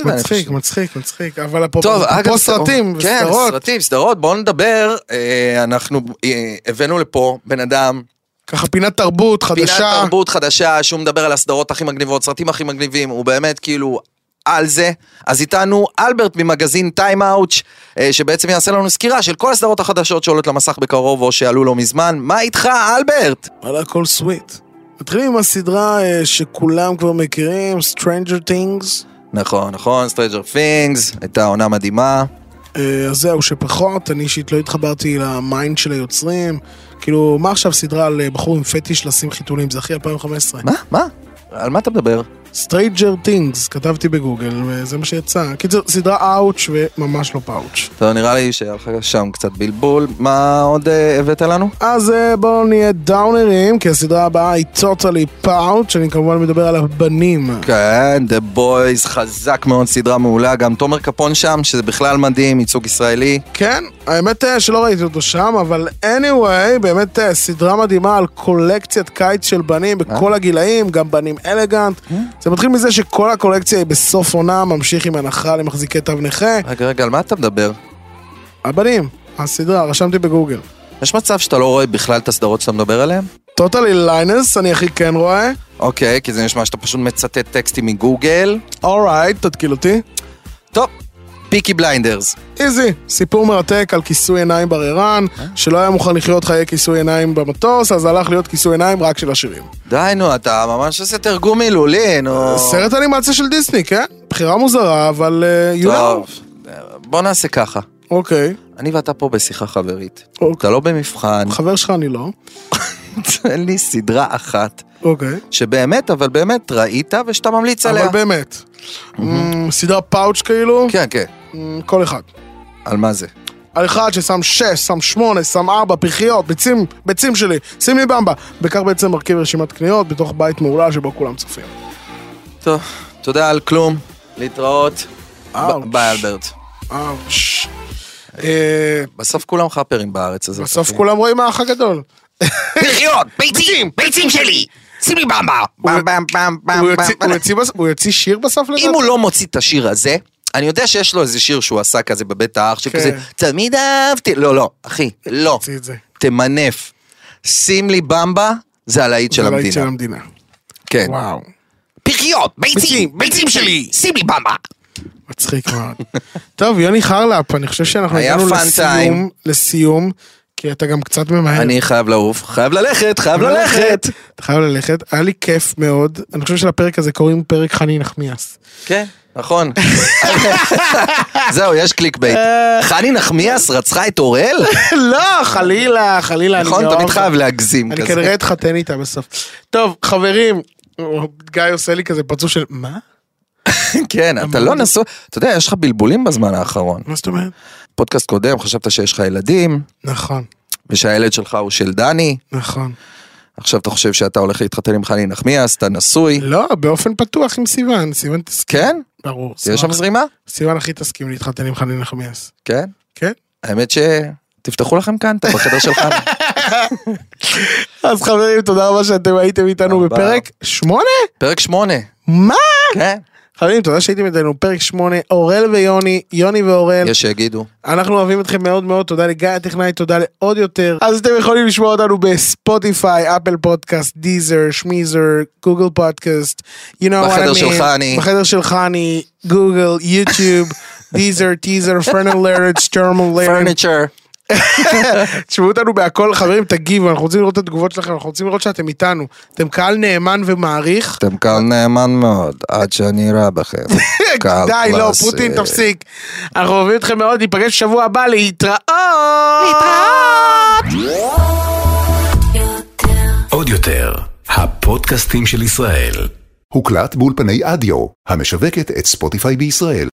מצחיק, אבל אפרופו סרטים וסדרות. כן, סדרות, בואו נדבר, אנחנו הבאנו לפה בן אדם. ככה פינת תרבות חדשה. פינת תרבות חדשה, שהוא מדבר על הסדרות הכי מגניבות, סרטים הכי מגניבים, הוא באמת כאילו על זה. אז איתנו אלברט ממגזין טיים אאוץ', שבעצם יעשה לנו סקירה של כל הסדרות החדשות שעולות למסך בקרוב או שעלו לו מזמן. מה איתך אלברט? על הכל סוויט. מתחילים עם הסדרה שכולם כבר מכירים, Stranger Things. נכון, Stranger Things, הייתה עונה מדהימה. אז זהו שפחות, אני אישית לא התחברתי למיינד של היוצרים. כאילו, מה עכשיו סדרה על בחור עם פטיש לשים חיתולים? זה הכי 2015. מה? על מה אתה מדבר? Stranger Things, כתבתי בגוגל, וזה מה שיצא. קיצור, סדרה אאוץ' וממש לא פאוץ'. טוב, נראה לי שהיה לך שם קצת בלבול. מה עוד הבאת לנו? אז בואו נהיה דאונרים, כי הסדרה הבאה היא totally pouch, אני כמובן מדבר על הבנים. כן, The Boys, חזק מאוד, סדרה מעולה, גם תומר קפון שם, שזה בכלל מדהים, ייצוג ישראלי. כן, האמת שלא ראיתי אותו שם, אבל anyway, באמת סדרה מדהימה על קולקציית קיץ של בנים בכל הגילאים, גם בנים אלגנט. זה מתחיל מזה שכל הקולקציה היא בסוף עונה, ממשיך עם הנחה למחזיקי תו נכה. רגע, על מה אתה מדבר? הבנים, הסדרה, רשמתי בגוגל. יש מצב שאתה לא רואה בכלל את הסדרות שאתה מדבר עליהן? Totally Linus, אני הכי כן רואה. אוקיי, כי זה נשמע שאתה פשוט מצטט טקסטים מגוגל. אורייט, תתקיל אותי. טוב. פיקי בליינדרס. איזי, סיפור מרתק על כיסוי עיניים בררן, שלא היה מוכן לחיות חיי כיסוי עיניים במטוס, אז הלך להיות כיסוי עיניים רק של השירים. די נו, אתה ממש עושה תרגום מילולי, נו. סרט אנימציה של דיסני, כן? בחירה מוזרה, אבל טוב, בוא נעשה ככה. אוקיי. אני ואתה פה בשיחה חברית. אתה לא במבחן. חבר שלך אני לא. תן לי סדרה אחת. אוקיי. שבאמת, אבל באמת ראית ושאתה ממליץ עליה. אבל באמת. סדרה פאוץ' כאילו? כן. כל אחד. על מה זה? על אחד ששם 6, שם 8, שם 4 פרחיות, ביצים שלי, שים לי במבה. בכך בעצם מרכיב רשימת קניות בתוך בית מעולה שבו כולם צופים. טוב, תודה על כלום. להתראות. ביי אלברט. אאוץ'. בסוף כולם חפרים בארץ הזאת. בסוף כולם רואים האח הגדול. פרחיות, ביצים שלי. שים לי במבה. הוא יוציא שיר בסוף לדעת? אם הוא לא מוציא את השיר הזה, אני יודע שיש לו איזה שיר שהוא עשה כזה בבית האח, שכזה, תמיד אהבתי, לא, אחי, לא, תמנף, שים לי במבה, זה הלהיט של המדינה. זה הלהיט של המדינה. כן. וואו. פרחיות, ביצים שלי, שים לי במבה. מצחיק מאוד. טוב, יוני חרלאפ, אני חושב שאנחנו הגענו לסיום, כי אתה גם קצת ממהר. אני חייב לעוף, חייב ללכת. אתה חייב ללכת, היה לי כיף מאוד, אני חושב שלפרק הזה קוראים פרק חני נחמיאס. כן, נכון. זהו, יש קליק בייט. חני נחמיאס רצחה את אורל? לא, חלילה. נכון, תמיד חייב להגזים כזה. אני כנראה אתחתן איתה בסוף. טוב, חברים, גיא עושה לי כזה פצוע של, מה? כן, אתה לא נסו, אתה יודע, יש לך בלבולים בזמן האחרון. מה זאת אומרת? פודקאסט קודם, חשבת שיש לך ילדים. נכון. ושהילד שלך הוא של דני. נכון. עכשיו אתה חושב שאתה הולך להתחתן עם חני נחמיאס, אתה נשוי. לא, באופן פתוח עם סיוון תסכים. כן? ברור. יש שם זרימה? סיוון הכי תסכים להתחתן עם חני נחמיאס. כן? כן. האמת תפתחו לכם כאן, אתה בחדר שלך. אז חברים, תודה רבה שאתם הייתם איתנו בפרק 8? פרק 8. מה? כן. חברים, תודה שהייתם איתנו, פרק 8, אורל ויוני, יוני ואורל. יש שיגידו. אנחנו אוהבים אתכם מאוד מאוד, תודה לגיא הטכנאי, תודה לעוד יותר. אז אתם יכולים לשמוע אותנו בספוטיפיי, אפל פודקאסט, דיזר, שמיזר, גוגל פודקאסט. בחדר שלך אני. בחדר שלך אני, גוגל, יוטיוב, דיזר, טיזר, פרנל סטרמל פרניצ'ר. תשמעו אותנו בהכל, חברים, תגיבו, אנחנו רוצים לראות את התגובות שלכם, אנחנו רוצים לראות שאתם איתנו. אתם קהל נאמן ומעריך. אתם קהל נאמן מאוד, עד שאני אראה בכם. די, לא, פוטין, תפסיק. אנחנו אוהבים אתכם מאוד, ניפגש בשבוע הבא, להתראות! עוד יותר, הפודקאסטים של ישראל. הוקלט באולפני אדיו, המשווקת את ספוטיפיי בישראל.